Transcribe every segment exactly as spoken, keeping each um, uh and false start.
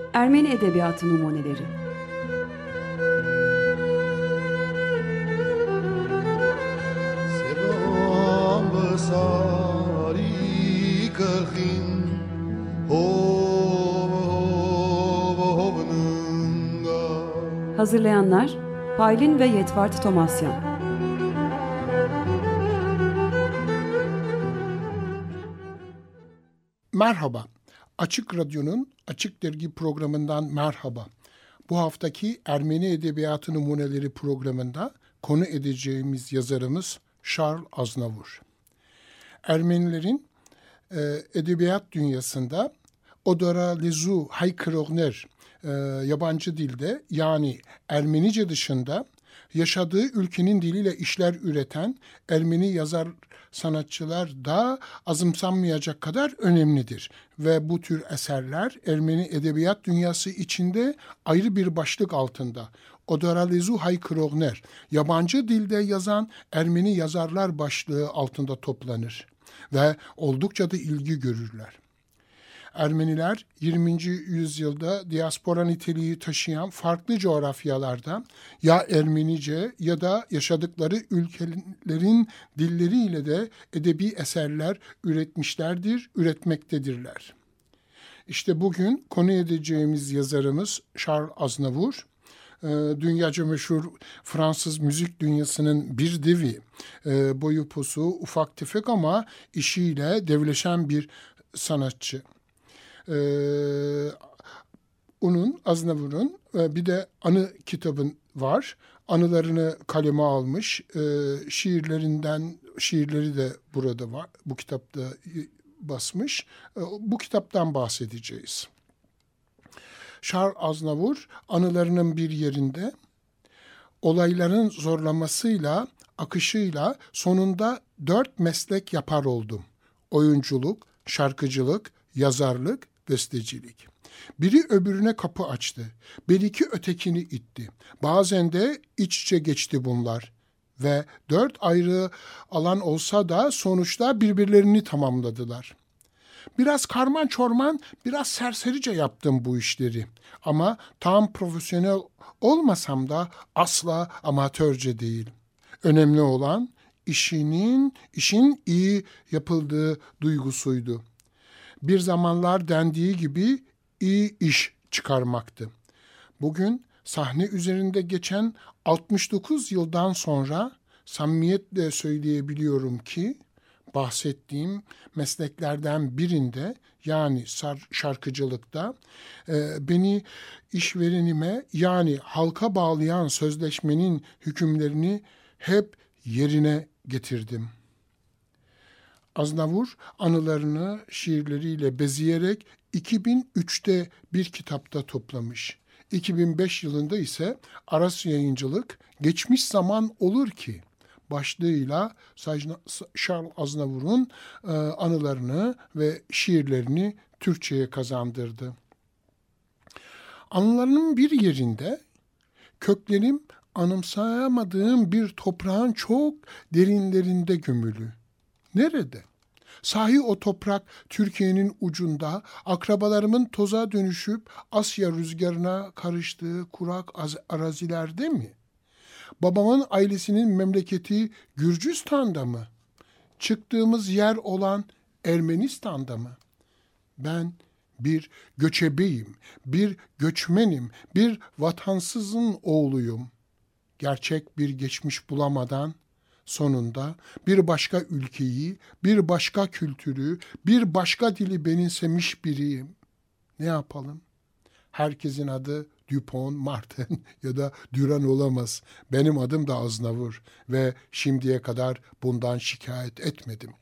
Ermeni Edebiyatı Numuneleri. Hazırlayanlar Paylin ve Yetvart Tomasyan. Merhaba, Açık Radyo'nun Açık Dergi programından merhaba. Bu haftaki Ermeni Edebiyatı Numuneleri programında konu edeceğimiz yazarımız Charles Aznavour. Ermenilerin e, edebiyat dünyasında Odora Lezu Haykırogner e, yabancı dilde, yani Ermenice dışında yaşadığı ülkenin diliyle işler üreten Ermeni yazar sanatçılar da azımsanmayacak kadar önemlidir. Ve bu tür eserler Ermeni edebiyat dünyası içinde ayrı bir başlık altında Odora Lezu Haykırogner, yabancı dilde yazan Ermeni yazarlar başlığı altında toplanır ve oldukça da ilgi görürler. Ermeniler yirminci yüzyılda diaspora niteliği taşıyan farklı coğrafyalarda ya Ermenice ya da yaşadıkları ülkelerin dilleriyle de edebi eserler üretmişlerdir, üretmektedirler. İşte bugün konu edeceğimiz yazarımız Charles Aznavour, dünyaca meşhur Fransız müzik dünyasının bir devi, boyu posu ufak tefek ama işiyle devleşen bir sanatçı. Ee, onun, Aznavour'un e, bir de anı kitabın var. Anılarını kaleme almış. E, şiirlerinden, şiirleri de burada var. Bu kitapta basmış. E, bu kitaptan bahsedeceğiz. Charles Aznavour anılarının bir yerinde olayların zorlamasıyla, akışıyla sonunda dört meslek yapar oldum. Oyunculuk, şarkıcılık, yazarlık, bestecilik. Biri öbürüne kapı açtı. Bir iki ötekini itti. Bazen de iç içe geçti bunlar. Ve dört ayrı alan olsa da sonuçta birbirlerini tamamladılar. Biraz karman çorman, biraz serserice yaptım bu işleri. Ama tam profesyonel olmasam da asla amatörce değil. Önemli olan işinin, işin iyi yapıldığı duygusuydu. Bir zamanlar dendiği gibi iyi iş çıkarmaktı. Bugün sahne üzerinde geçen altmış dokuz yıldan sonra samimiyetle söyleyebiliyorum ki bahsettiğim mesleklerden birinde, yani şarkıcılıkta e, beni işverenime, yani halka bağlayan sözleşmenin hükümlerini hep yerine getirdim. Aznavour anılarını şiirleriyle bezeyerek iki bin üçte bir kitapta toplamış. iki bin beş yılında ise Aras Yayıncılık Geçmiş Zaman Olur Ki başlığıyla Charles Aznavour'un e, anılarını ve şiirlerini Türkçe'ye kazandırdı. Anılarının bir yerinde köklerim anımsayamadığım bir toprağın çok derinlerinde gömülü. Nerede? Sahi o toprak Türkiye'nin ucunda, akrabalarımın toza dönüşüp Asya rüzgarına karıştığı kurak arazilerde mi? Babamın ailesinin memleketi Gürcistan'da mı? Çıktığımız yer olan Ermenistan'da mı? Ben bir göçebeyim, bir göçmenim, bir vatansızın oğluyum. Gerçek bir geçmiş bulamadan sonunda bir başka ülkeyi, bir başka kültürü, bir başka dili benimsemiş biriyim. Ne yapalım? Herkesin adı Dupont, Martin ya da Duran olamaz. Benim adım da Aznavour ve şimdiye kadar bundan şikayet etmedim.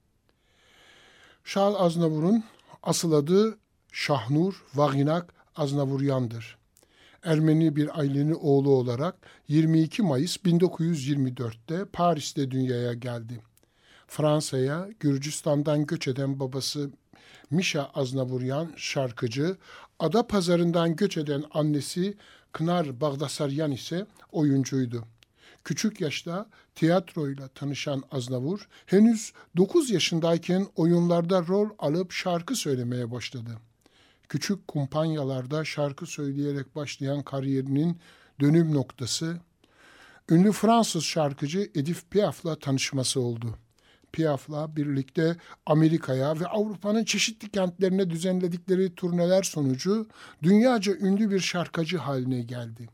Charles Aznavour'un asıl adı Şahnur Vaginak Aznavouryan'dır. Ermeni bir ailenin oğlu olarak yirmi iki Mayıs bin dokuz yüz yirmi dörtte Paris'te dünyaya geldi. Fransa'ya Gürcistan'dan göç eden babası Mişa Aznavouryan şarkıcı, Adapazarı'ndan göç eden annesi Kınar Bagdasaryan ise oyuncuydu. Küçük yaşta tiyatroyla tanışan Aznavour henüz dokuz yaşındayken oyunlarda rol alıp şarkı söylemeye başladı. küçük kumpanyalarda şarkı söyleyerek başlayan kariyerinin dönüm noktası, ünlü Fransız şarkıcı Edith Piaf'la tanışması oldu. Piaf'la birlikte Amerika'ya ve Avrupa'nın çeşitli kentlerine düzenledikleri turneler sonucu dünyaca ünlü bir şarkıcı haline geldi.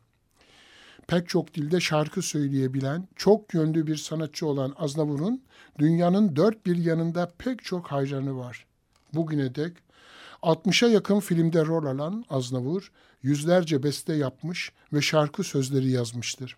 Pek çok dilde şarkı söyleyebilen, çok yönlü bir sanatçı olan Aznavur'un dünyanın dört bir yanında pek çok hayranı var. Bugüne dek altmışa yakın filmde rol alan Aznavur, yüzlerce beste yapmış ve şarkı sözleri yazmıştır.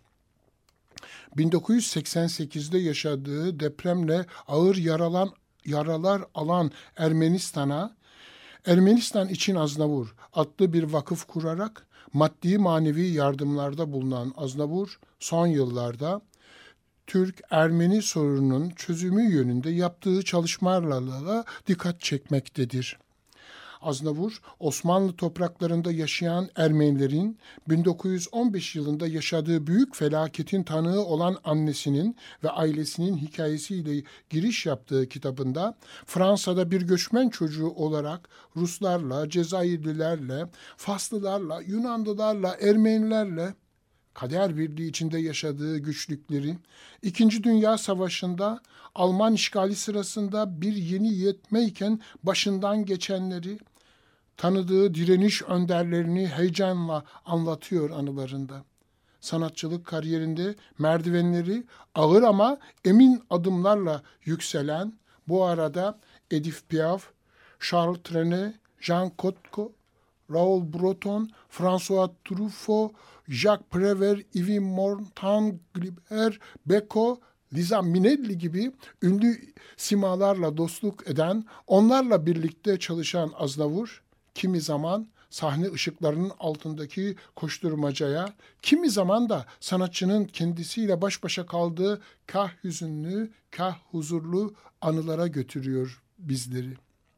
bin dokuz yüz seksen sekizde yaşadığı depremle ağır yaralan, yaralar alan Ermenistan'a, Ermenistan için Aznavur adlı bir vakıf kurarak maddi manevi yardımlarda bulunan Aznavur, son yıllarda Türk-Ermeni sorununun çözümü yönünde yaptığı çalışmalarla da dikkat çekmektedir. Aznavur, Osmanlı topraklarında yaşayan Ermenilerin bin dokuz yüz on beş yılında yaşadığı büyük felaketin tanığı olan annesinin ve ailesinin hikayesiyle giriş yaptığı kitabında Fransa'da bir göçmen çocuğu olarak Ruslarla, Cezayirlilerle, Faslılarla, Yunanlılarla, Ermenilerle kader birliği içinde yaşadığı güçlükleri, İkinci Dünya Savaşı'nda Alman işgali sırasında bir yeni yetmeyken başından geçenleri, tanıdığı direniş önderlerini heyecanla anlatıyor anılarında. Sanatçılık kariyerinde merdivenleri ağır ama emin adımlarla yükselen, bu arada Edith Piaf, Charles Trenet, Jean Cocteau, Raoul Breton, François Truffaut, Jacques Prévert, Yves Montand, Guilbert Bécaud, Liza Minnelli gibi ünlü simalarla dostluk eden, onlarla birlikte çalışan Aznavur, kimi zaman sahne ışıklarının altındaki koşturmacaya, kimi zaman da sanatçının kendisiyle baş başa kaldığı kah hüzünlü, kah huzurlu anılara götürüyor bizleri.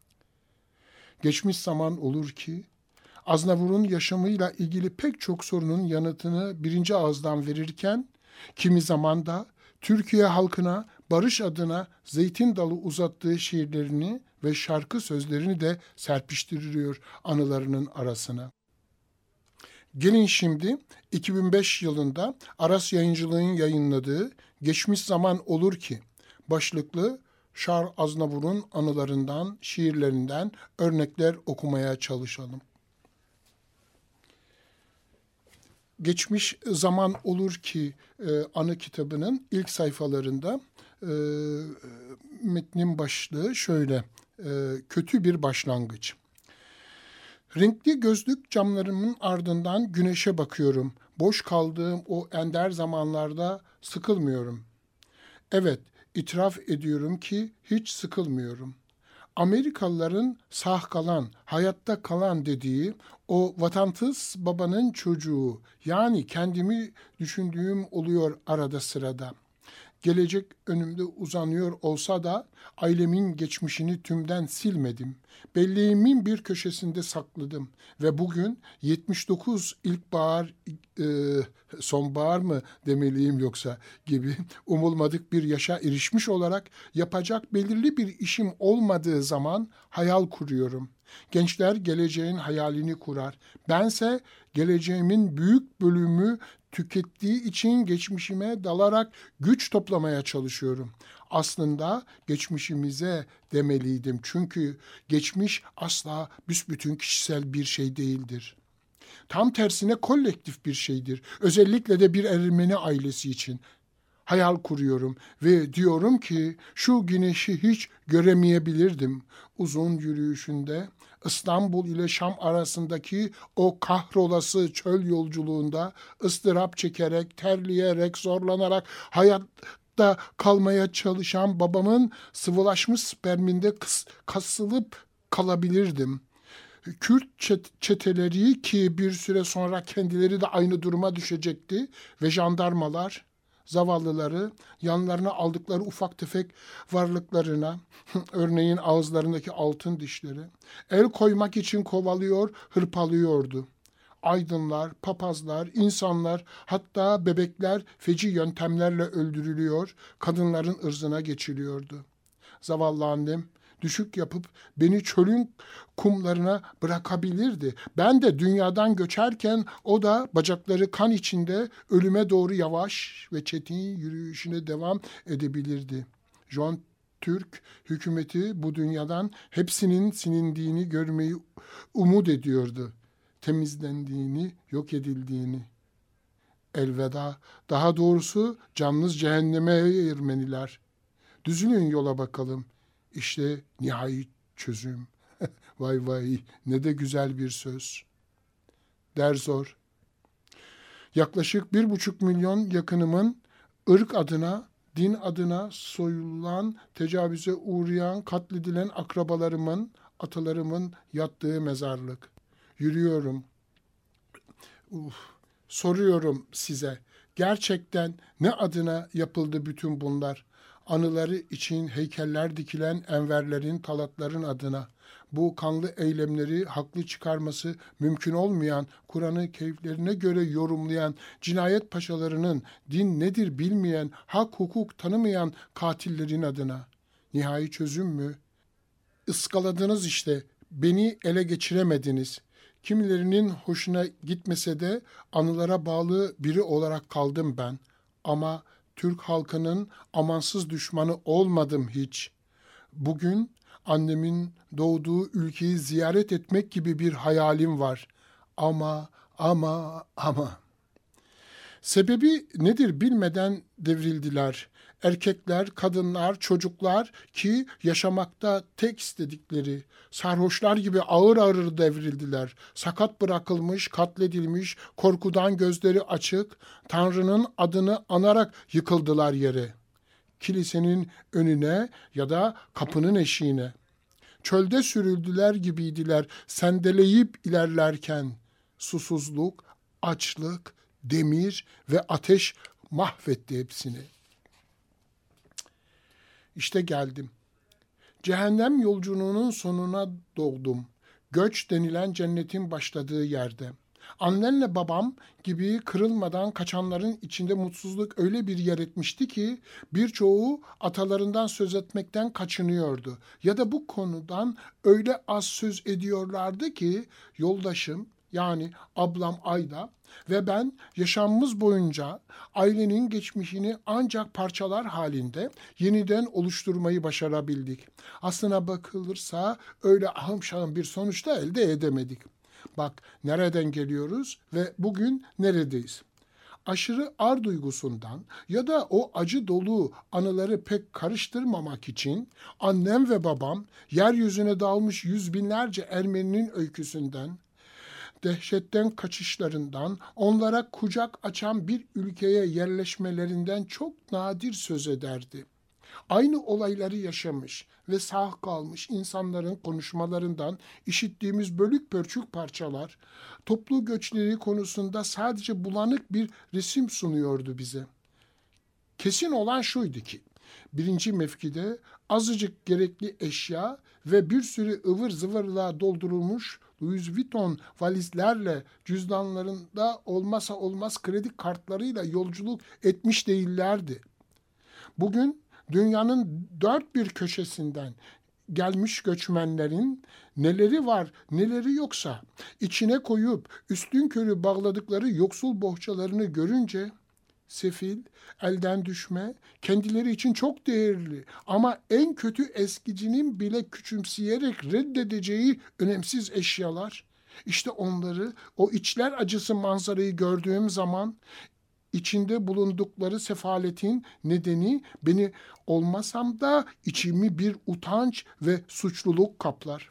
Geçmiş zaman olur ki, Aznavur'un yaşamıyla ilgili pek çok sorunun yanıtını birinci ağızdan verirken, kimi zaman da Türkiye halkına barış adına zeytin dalı uzattığı şiirlerini ve şarkı sözlerini de serpiştiriyor anılarının arasına. Gelin şimdi iki bin beş yılında Aras Yayıncılığı'nın yayınladığı Geçmiş Zaman Olur Ki başlıklı Charles Aznavur'un anılarından, şiirlerinden örnekler okumaya çalışalım. Geçmiş Zaman Olur Ki e, anı kitabının ilk sayfalarında e, metnin başlığı şöyle, e, kötü bir başlangıç. Renkli gözlük camlarımın ardından güneşe bakıyorum. Boş kaldığım o ender zamanlarda sıkılmıyorum. Evet, itiraf ediyorum ki hiç sıkılmıyorum. Amerikalıların sağ kalan, hayatta kalan dediği o vatansız babanın çocuğu, yani kendimi düşündüğüm oluyor arada sırada. Gelecek önümde uzanıyor olsa da ailemin geçmişini tümden silmedim. Belleğimin bir köşesinde sakladım ve bugün yetmiş dokuz ilkbahar, e, sonbahar mı demeliyim yoksa gibi umulmadık bir yaşa erişmiş olarak yapacak belirli bir işim olmadığı zaman hayal kuruyorum. Gençler geleceğin hayalini kurar. Bense geleceğimin büyük bölümü tükettiği için geçmişime dalarak güç toplamaya çalışıyorum. Aslında geçmişimize demeliydim. Çünkü geçmiş asla büsbütün kişisel bir şey değildir. Tam tersine kolektif bir şeydir. Özellikle de bir Ermeni ailesi için. Hayal kuruyorum ve diyorum ki şu güneşi hiç göremeyebilirdim. Uzun yürüyüşünde İstanbul ile Şam arasındaki o kahrolası çöl yolculuğunda ıstırap çekerek, terleyerek, zorlanarak hayatta kalmaya çalışan babamın sıvılaşmış sperminde kıs, kasılıp kalabilirdim. Kürt çeteleri ki bir süre sonra kendileri de aynı duruma düşecekti ve jandarmalar zavallıları yanlarına aldıkları ufak tefek varlıklarına, örneğin ağızlarındaki altın dişleri, el koymak için kovalıyor, hırpalıyordu. Aydınlar, papazlar, insanlar, hatta bebekler feci yöntemlerle öldürülüyor, kadınların ırzına geçiliyordu. Zavallı annem düşük yapıp beni çölün kumlarına bırakabilirdi. Ben de dünyadan göçerken o da bacakları kan içinde ölüme doğru yavaş ve çetin yürüyüşüne devam edebilirdi. John Türk hükümeti bu dünyadan hepsinin silindiğini görmeyi umut ediyordu. Temizlendiğini, yok edildiğini. Elveda, daha doğrusu canınız cehenneme Ermeniler. Düzülün yola bakalım. İşte nihai çözüm. Vay vay, ne de güzel bir söz. Derzor. Yaklaşık bir buçuk milyon yakınımın ırk adına, din adına soyulan, tecavüze uğrayan, katledilen akrabalarımın, atalarımın yattığı mezarlık. Yürüyorum. Uf, soruyorum size. Gerçekten ne adına yapıldı bütün bunlar? Anıları için heykeller dikilen enverlerin, talatların adına. Bu kanlı eylemleri haklı çıkarması mümkün olmayan, Kur'an'ı keyiflerine göre yorumlayan, cinayet paşalarının din nedir bilmeyen, hak hukuk tanımayan katillerin adına. Nihai çözüm mü? Iskaladınız işte, beni ele geçiremediniz. Kimilerinin hoşuna gitmese de anılara bağlı biri olarak kaldım ben. Ama Türk halkının amansız düşmanı olmadım hiç. Bugün annemin doğduğu ülkeyi ziyaret etmek gibi bir hayalim var. Ama, ama, ama. Sebebi nedir bilmeden devrildiler. Erkekler, kadınlar, çocuklar ki yaşamakta tek istedikleri, sarhoşlar gibi ağır ağır devrildiler. Sakat bırakılmış, katledilmiş, korkudan gözleri açık, Tanrı'nın adını anarak yıkıldılar yere. Kilisenin önüne ya da kapının eşiğine. Çölde sürüldüler gibiydiler sendeleyip ilerlerken. Susuzluk, açlık, demir ve ateş mahvetti hepsini. İşte geldim. Cehennem yolculuğunun sonuna doğdum. Göç denilen cennetin başladığı yerde. Annenle babam gibi kırılmadan kaçanların içinde mutsuzluk öyle bir yer etmişti ki birçoğu atalarından söz etmekten kaçınıyordu. Ya da bu konudan öyle az söz ediyorlardı ki yoldaşım, yani ablam Ayda ve ben yaşamımız boyunca ailenin geçmişini ancak parçalar halinde yeniden oluşturmayı başarabildik. Aslına bakılırsa öyle ahım şahım bir sonuçta elde edemedik. Bak nereden geliyoruz ve bugün neredeyiz? Aşırı ar duygusundan ya da o acı dolu anıları pek karıştırmamak için annem ve babam yeryüzüne dağılmış yüz binlerce Ermeninin öyküsünden, dehşetten kaçışlarından, onlara kucak açan bir ülkeye yerleşmelerinden çok nadir söz ederdi. Aynı olayları yaşamış ve sağ kalmış insanların konuşmalarından işittiğimiz bölük pörçük parçalar, toplu göçleri konusunda sadece bulanık bir resim sunuyordu bize. Kesin olan şuydu ki, birinci mevkide azıcık gerekli eşya ve bir sürü ıvır zıvırla doldurulmuş Louis Vuitton valizlerle, cüzdanlarında olmazsa olmaz kredi kartlarıyla yolculuk etmiş değillerdi. Bugün dünyanın dört bir köşesinden gelmiş göçmenlerin neleri var neleri yoksa içine koyup üstünkörü bağladıkları yoksul bohçalarını görünce sefil, elden düşme, kendileri için çok değerli ama en kötü eskicinin bile küçümseyerek reddedeceği önemsiz eşyalar, işte onları, o içler acısı manzarayı gördüğüm zaman içinde bulundukları sefaletin nedeni beni olmasam da içimi bir utanç ve suçluluk kaplar.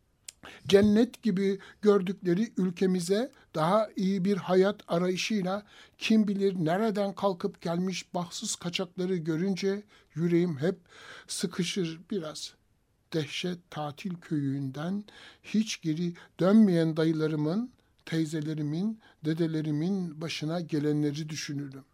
Cennet gibi gördükleri ülkemize daha iyi bir hayat arayışıyla kim bilir nereden kalkıp gelmiş bahtsız kaçakları görünce yüreğim hep sıkışır biraz. Dehşet tatil köyünden hiç geri dönmeyen dayılarımın, teyzelerimin, dedelerimin başına gelenleri düşünürüm.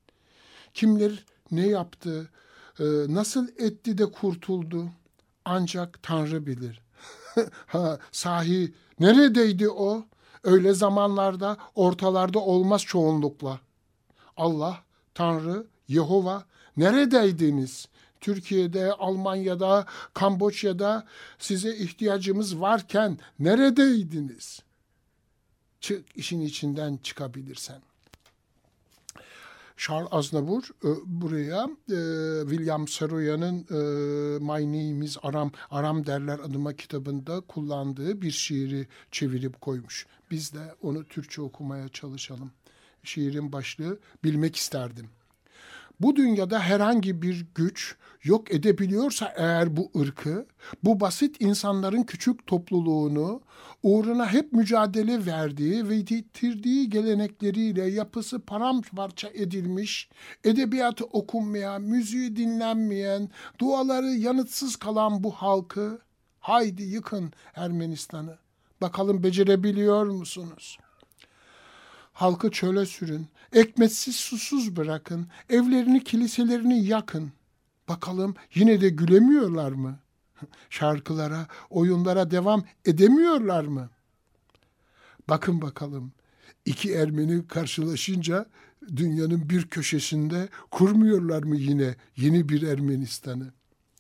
Kimler ne yaptı, nasıl etti de kurtuldu ancak Tanrı bilir. Ha, sahi neredeydi o? Öyle zamanlarda ortalarda olmaz çoğunlukla. Allah, Tanrı, Yehova neredeydiniz? Türkiye'de, Almanya'da, Kamboçya'da size ihtiyacımız varken neredeydiniz? Çık işin içinden çıkabilirsen. Charles Aznavour e, buraya e, William Saroya'nın e, My Name is Aram, Aram Derler adıma kitabında kullandığı bir şiiri çevirip koymuş. Biz de onu Türkçe okumaya çalışalım. Şiirin başlığı bilmek isterdim. Bu dünyada herhangi bir güç yok edebiliyorsa eğer bu ırkı, bu basit insanların küçük topluluğunu, uğruna hep mücadele verdiği ve yitirdiği gelenekleriyle yapısı paramparça edilmiş, edebiyatı okunmayan, müziği dinlenmeyen, duaları yanıtsız kalan bu halkı, haydi yıkın Ermenistan'ı. Bakalım becerebiliyor musunuz? Halkı çöle sürün, ekmeksiz susuz bırakın, evlerini kiliselerini yakın. Bakalım yine de gülemiyorlar mı? Şarkılara, oyunlara devam edemiyorlar mı? Bakın bakalım, iki Ermeni karşılaşınca dünyanın bir köşesinde kurmuyorlar mı yine yeni bir Ermenistan'ı?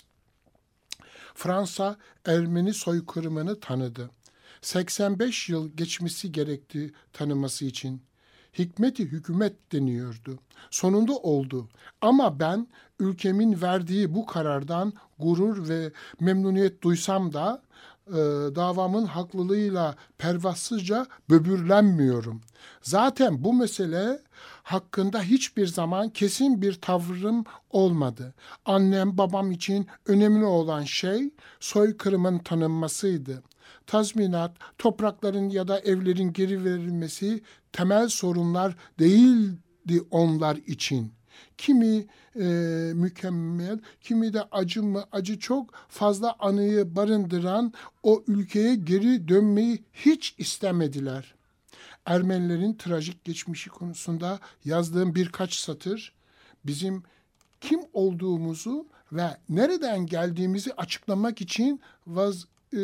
Fransa Ermeni soykırımını tanıdı. seksen beş yıl geçmesi gerekti tanıması için. Hikmeti hükümet deniyordu. Sonunda oldu. Ama ben ülkemin verdiği bu karardan gurur ve memnuniyet duysam da e, davamın haklılığıyla pervasızca böbürlenmiyorum. Zaten bu mesele hakkında hiçbir zaman kesin bir tavrım olmadı. Annem babam için önemli olan şey soykırımın tanınmasıydı. Tazminat, toprakların ya da evlerin geri verilmesi temel sorunlar değildi onlar için. Kimi e, mükemmel, kimi de acı mı acı çok fazla anıyı barındıran o ülkeye geri dönmeyi hiç istemediler. Ermenilerin trajik geçmişi konusunda yazdığım birkaç satır bizim kim olduğumuzu ve nereden geldiğimizi açıklamak için vaz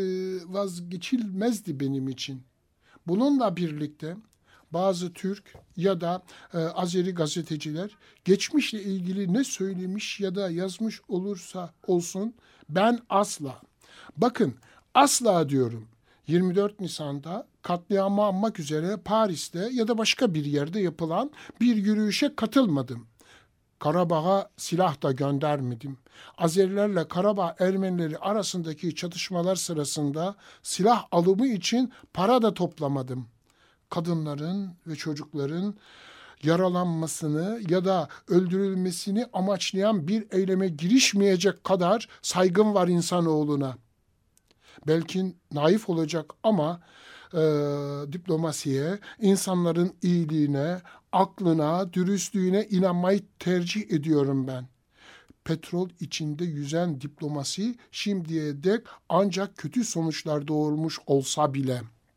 vazgeçilmezdi benim için. Bununla birlikte bazı Türk ya da e, Azeri gazeteciler geçmişle ilgili ne söylemiş ya da yazmış olursa olsun ben asla, bakın asla diyorum, yirmi dört Nisan'da katliamı anmak üzere Paris'te ya da başka bir yerde yapılan bir yürüyüşe katılmadım. Karabağ'a silah da göndermedim. Azerilerle Karabağ Ermenileri arasındaki çatışmalar sırasında silah alımı için para da toplamadım. Kadınların ve çocukların yaralanmasını ya da öldürülmesini amaçlayan bir eyleme girişmeyecek kadar saygım var insanoğluna. Belki naif olacak ama e, diplomasiye, insanların iyiliğine, aklına, dürüstlüğüne inanmayı tercih ediyorum ben. Petrol içinde yüzen diplomasi şimdiye dek ancak kötü sonuçlar doğurmuş olsa bile.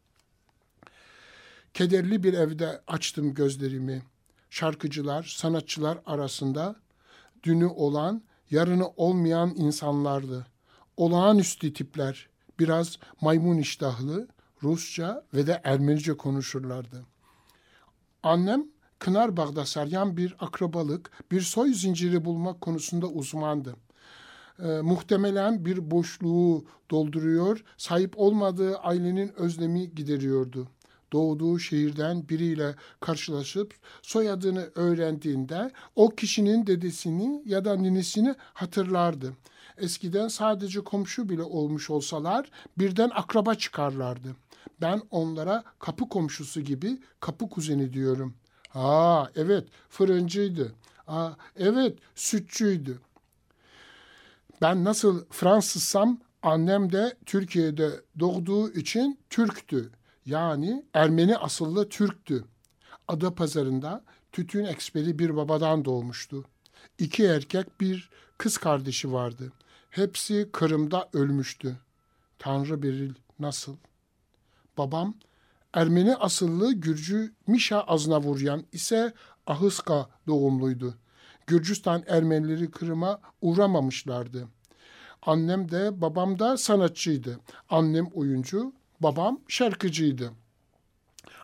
Kederli bir evde açtım gözlerimi. Şarkıcılar, sanatçılar arasında dünü olan, yarını olmayan insanlardı. Olağanüstü tipler, biraz maymun iştahlı, Rusça ve de Ermenice konuşurlardı. Annem Kınarbağ'da saryan bir akrabalık, bir soy zinciri bulmak konusunda uzmandı. E, muhtemelen bir boşluğu dolduruyor, sahip olmadığı ailenin özlemi gideriyordu. Doğduğu şehirden biriyle karşılaşıp soyadını öğrendiğinde o kişinin dedesini ya da ninesini hatırlardı. Eskiden sadece komşu bile olmuş olsalar birden akraba çıkarlardı. Ben onlara kapı komşusu gibi kapı kuzeni diyorum. Aa evet fırıncıydı. Aa evet sütçüydü. Ben nasıl Fransızsam annem de Türkiye'de doğduğu için Türktü. Yani Ermeni asıllı Türktü. Adapazarı'nda tütün eksperi bir babadan doğmuştu. İki erkek bir kız kardeşi vardı. Hepsi Kırım'da ölmüştü. Tanrı bilir nasıl. Babam Ermeni asıllı Gürcü Mişa Aznavuryan ise Ahıska doğumluydu. Gürcistan Ermenileri Kırım'a uğramamışlardı. Annem de babam da sanatçıydı. Annem oyuncu, babam şarkıcıydı.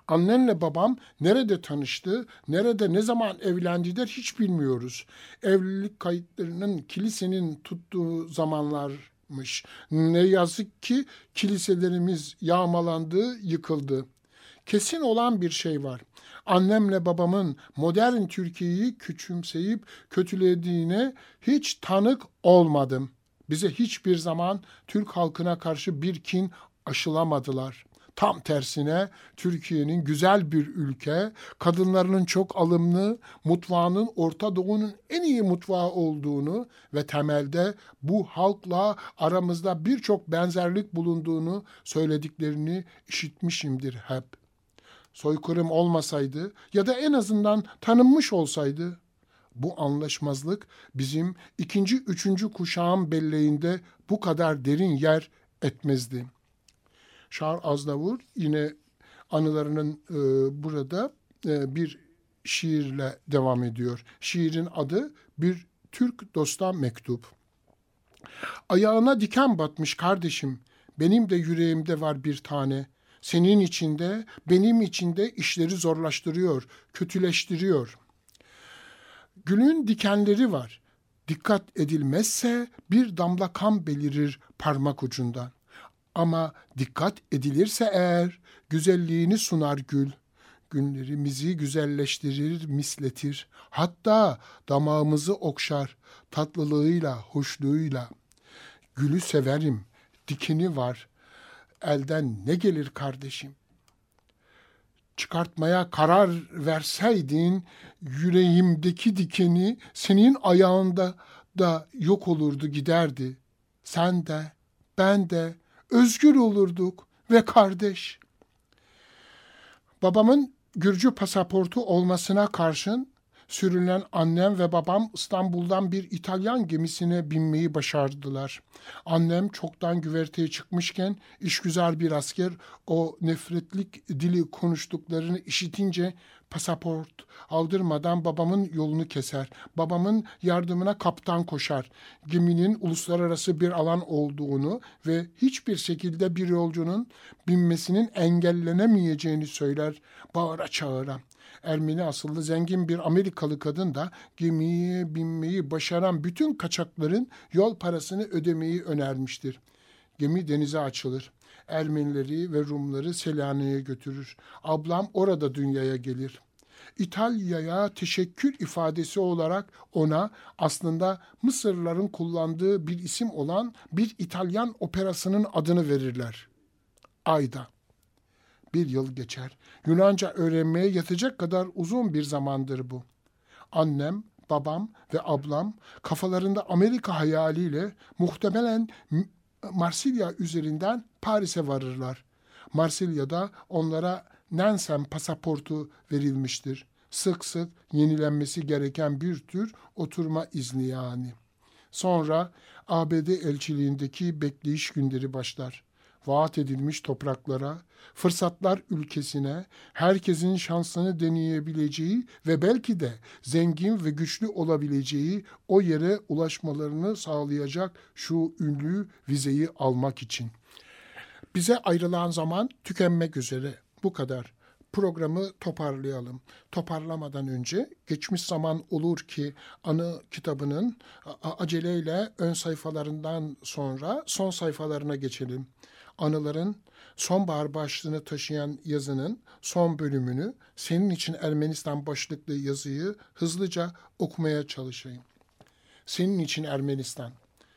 Annenle babam nerede tanıştı, nerede ne zaman evlendiler hiç bilmiyoruz. Evlilik kayıtlarının kilisenin tuttuğu zamanlarmış. Ne yazık ki kiliselerimiz yağmalandı, yıkıldı. Kesin olan bir şey var. Annemle babamın modern Türkiye'yi küçümseyip kötülediğine hiç tanık olmadım. Bize hiçbir zaman Türk halkına karşı bir kin aşılamadılar. Tam tersine Türkiye'nin güzel bir ülke, kadınlarının çok alımlı, mutfağının Orta Doğu'nun en iyi mutfağı olduğunu ve temelde bu halkla aramızda birçok benzerlik bulunduğunu söylediklerini işitmişimdir hep. Soykırım olmasaydı ya da en azından tanınmış olsaydı, bu anlaşmazlık bizim ikinci, üçüncü kuşağın belleğinde bu kadar derin yer etmezdi. Charles Aznavour yine anılarının e, burada e, bir şiirle devam ediyor. Şiirin adı Bir Türk Dosta Mektup. Ayağına diken batmış kardeşim, benim de yüreğimde var bir tane. Senin içinde, benim içinde işleri zorlaştırıyor, kötüleştiriyor. Gülün dikenleri var. Dikkat edilmezse bir damla kan belirir parmak ucundan. Ama dikkat edilirse eğer güzelliğini sunar gül. Günlerimizi güzelleştirir, misletir. Hatta damağımızı okşar tatlılığıyla, hoşluğuyla. Gülü severim, dikeni var. Elden ne gelir kardeşim? Çıkartmaya karar verseydin yüreğimdeki dikeni senin ayağında da yok olurdu giderdi. Sen de, ben de özgür olurduk ve kardeş. Babamın Gürcü pasaportu olmasına karşın sürülen annem ve babam İstanbul'dan bir İtalyan gemisine binmeyi başardılar. Annem çoktan güverteye çıkmışken işgüzar bir asker o nefretlik dili konuştuklarını işitince pasaport aldırmadan babamın yolunu keser. Babamın yardımına kaptan koşar. Geminin uluslararası bir alan olduğunu ve hiçbir şekilde bir yolcunun binmesinin engellenemeyeceğini söyler bağıra çağıra. Ermeni asıllı zengin bir Amerikalı kadın da gemiye binmeyi başaran bütün kaçakların yol parasını ödemeyi önermiştir. Gemi denize açılır. Ermenileri ve Rumları Selanik'e götürür. Ablam orada dünyaya gelir. İtalya'ya teşekkür ifadesi olarak ona aslında Mısırlıların kullandığı bir isim olan bir İtalyan operasının adını verirler. Ayda. Bir yıl geçer. Yunanca öğrenmeye yetecek kadar uzun bir zamandır bu. Annem, babam ve ablam kafalarında Amerika hayaliyle muhtemelen Marsilya üzerinden Paris'e varırlar. Marsilya'da onlara Nansen pasaportu verilmiştir. Sık sık yenilenmesi gereken bir tür oturma izni yani. Sonra A B D elçiliğindeki bekleyiş günleri başlar. Vaat edilmiş topraklara, fırsatlar ülkesine, herkesin şansını deneyebileceği ve belki de zengin ve güçlü olabileceği o yere ulaşmalarını sağlayacak şu ünlü vizeyi almak için. Bize ayrılan zaman tükenmek üzere. Bu kadar. Programı toparlayalım. Toparlamadan önce geçmiş zaman olur ki anı kitabının aceleyle ön sayfalarından sonra son sayfalarına geçelim. Anıların sonbahar başlığını taşıyan yazının son bölümünü senin için Ermenistan başlıklı yazıyı hızlıca okumaya çalışayım. Senin için Ermenistan.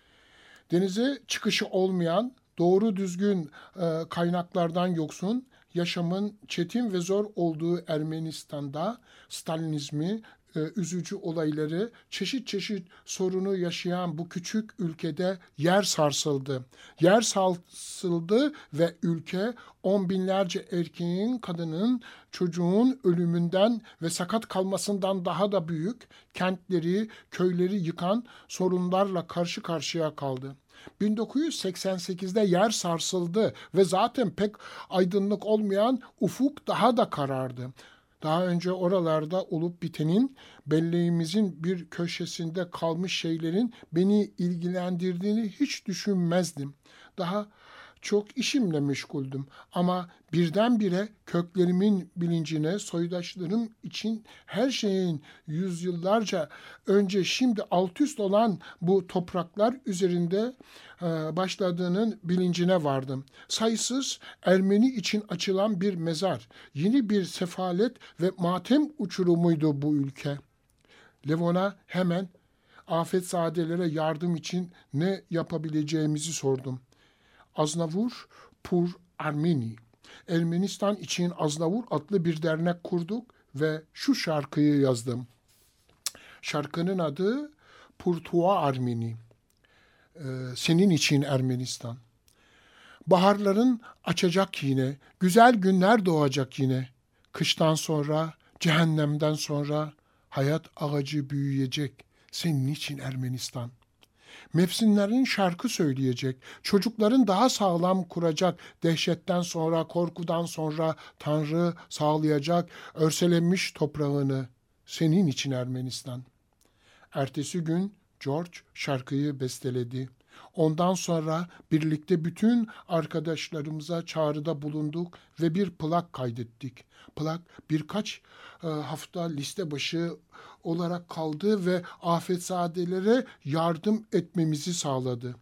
Denize çıkışı olmayan, doğru düzgün e, kaynaklardan yoksun, yaşamın çetin ve zor olduğu Ermenistan'da Stalinizmi, e, üzücü olayları, çeşit çeşit sorunu yaşayan bu küçük ülkede yer sarsıldı. Yer sarsıldı ve ülke on binlerce erkeğin, kadının, çocuğun ölümünden ve sakat kalmasından daha da büyük, kentleri, köyleri yıkan sorunlarla karşı karşıya kaldı. bin dokuz yüz seksen sekizde yer sarsıldı ve zaten pek aydınlık olmayan ufuk daha da karardı. Daha önce oralarda olup bitenin, belleğimizin bir köşesinde kalmış şeylerin beni ilgilendirdiğini hiç düşünmezdim. Daha çok işimle meşguldüm ama birdenbire köklerimin bilincine, soydaşlarım için her şeyin yüzyıllarca önce şimdi alt üst olan bu topraklar üzerinde e, başladığının bilincine vardım. Sayısız Ermeni için açılan bir mezar, yeni bir sefalet ve matem uçurumuydu bu ülke. Levon'a hemen afetzadelere yardım için ne yapabileceğimizi sordum. Aznavur pour Armeni. Ermenistan için Aznavur adlı bir dernek kurduk ve şu şarkıyı yazdım. Şarkının adı Pour toi Armeni. Ee, senin için Ermenistan. Baharların açacak yine, güzel günler doğacak yine. Kıştan sonra, cehennemden sonra hayat ağacı büyüyecek. Senin için Ermenistan. Mevsimlerin şarkı söyleyecek, çocukların daha sağlam kuracak, dehşetten sonra, korkudan sonra Tanrı sağlayacak örselenmiş toprağını. Senin için Ermenistan. Ertesi gün George şarkıyı besteledi. Ondan sonra birlikte bütün arkadaşlarımıza çağrıda bulunduk ve bir plak kaydettik. Plak birkaç e, hafta liste başı olarak kaldı ve afetzadelere yardım etmemizi sağladı.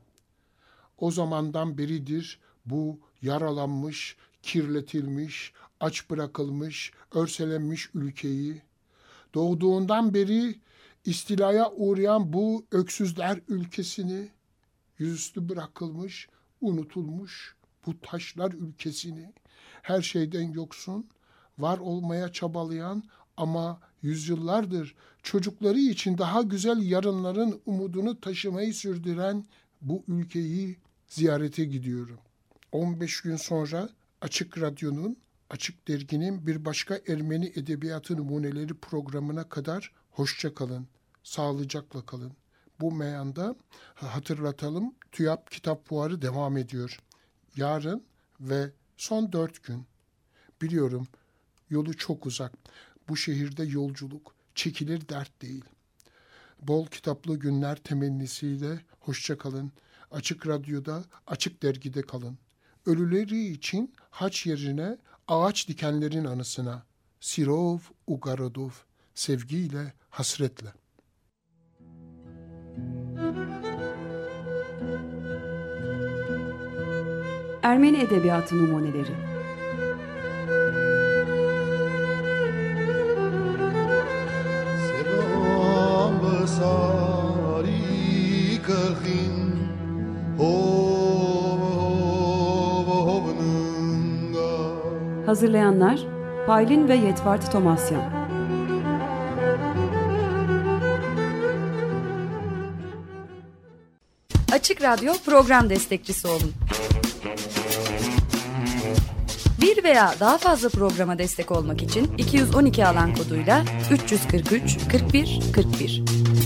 O zamandan beridir bu yaralanmış, kirletilmiş, aç bırakılmış, örselenmiş ülkeyi, doğduğundan beri istilaya uğrayan bu öksüzler ülkesini, yüzüstü bırakılmış, unutulmuş bu taşlar ülkesini, her şeyden yoksun, var olmaya çabalayan ama yüzyıllardır çocukları için daha güzel yarınların umudunu taşımayı sürdüren bu ülkeyi ziyarete gidiyorum. on beş gün sonra Açık Radyo'nun, Açık Dergi'nin bir başka Ermeni Edebiyatı Numuneleri programına kadar hoşça kalın, sağlıcakla kalın. Bu meyanda hatırlatalım, TÜYAP Kitap Fuarı devam ediyor. Yarın ve son dört gün. Biliyorum yolu çok uzak. Bu şehirde yolculuk çekilir dert değil. Bol kitaplı günler temennisiyle hoşça kalın. Açık Radyo'da, Açık Dergi'de kalın. Ölüleri için haç yerine ağaç dikenlerin anısına. Sirov Ugarodov, sevgiyle, hasretle. Ermeni Edebiyatı Numuneleri. Hazırlayanlar Paylin ve Yetvart Tomasyan. Açık Radyo program destekçisi olun. Bir veya daha fazla programa destek olmak için iki yüz on iki alan koduyla üç yüz kırk üç kırk bir kırk bir.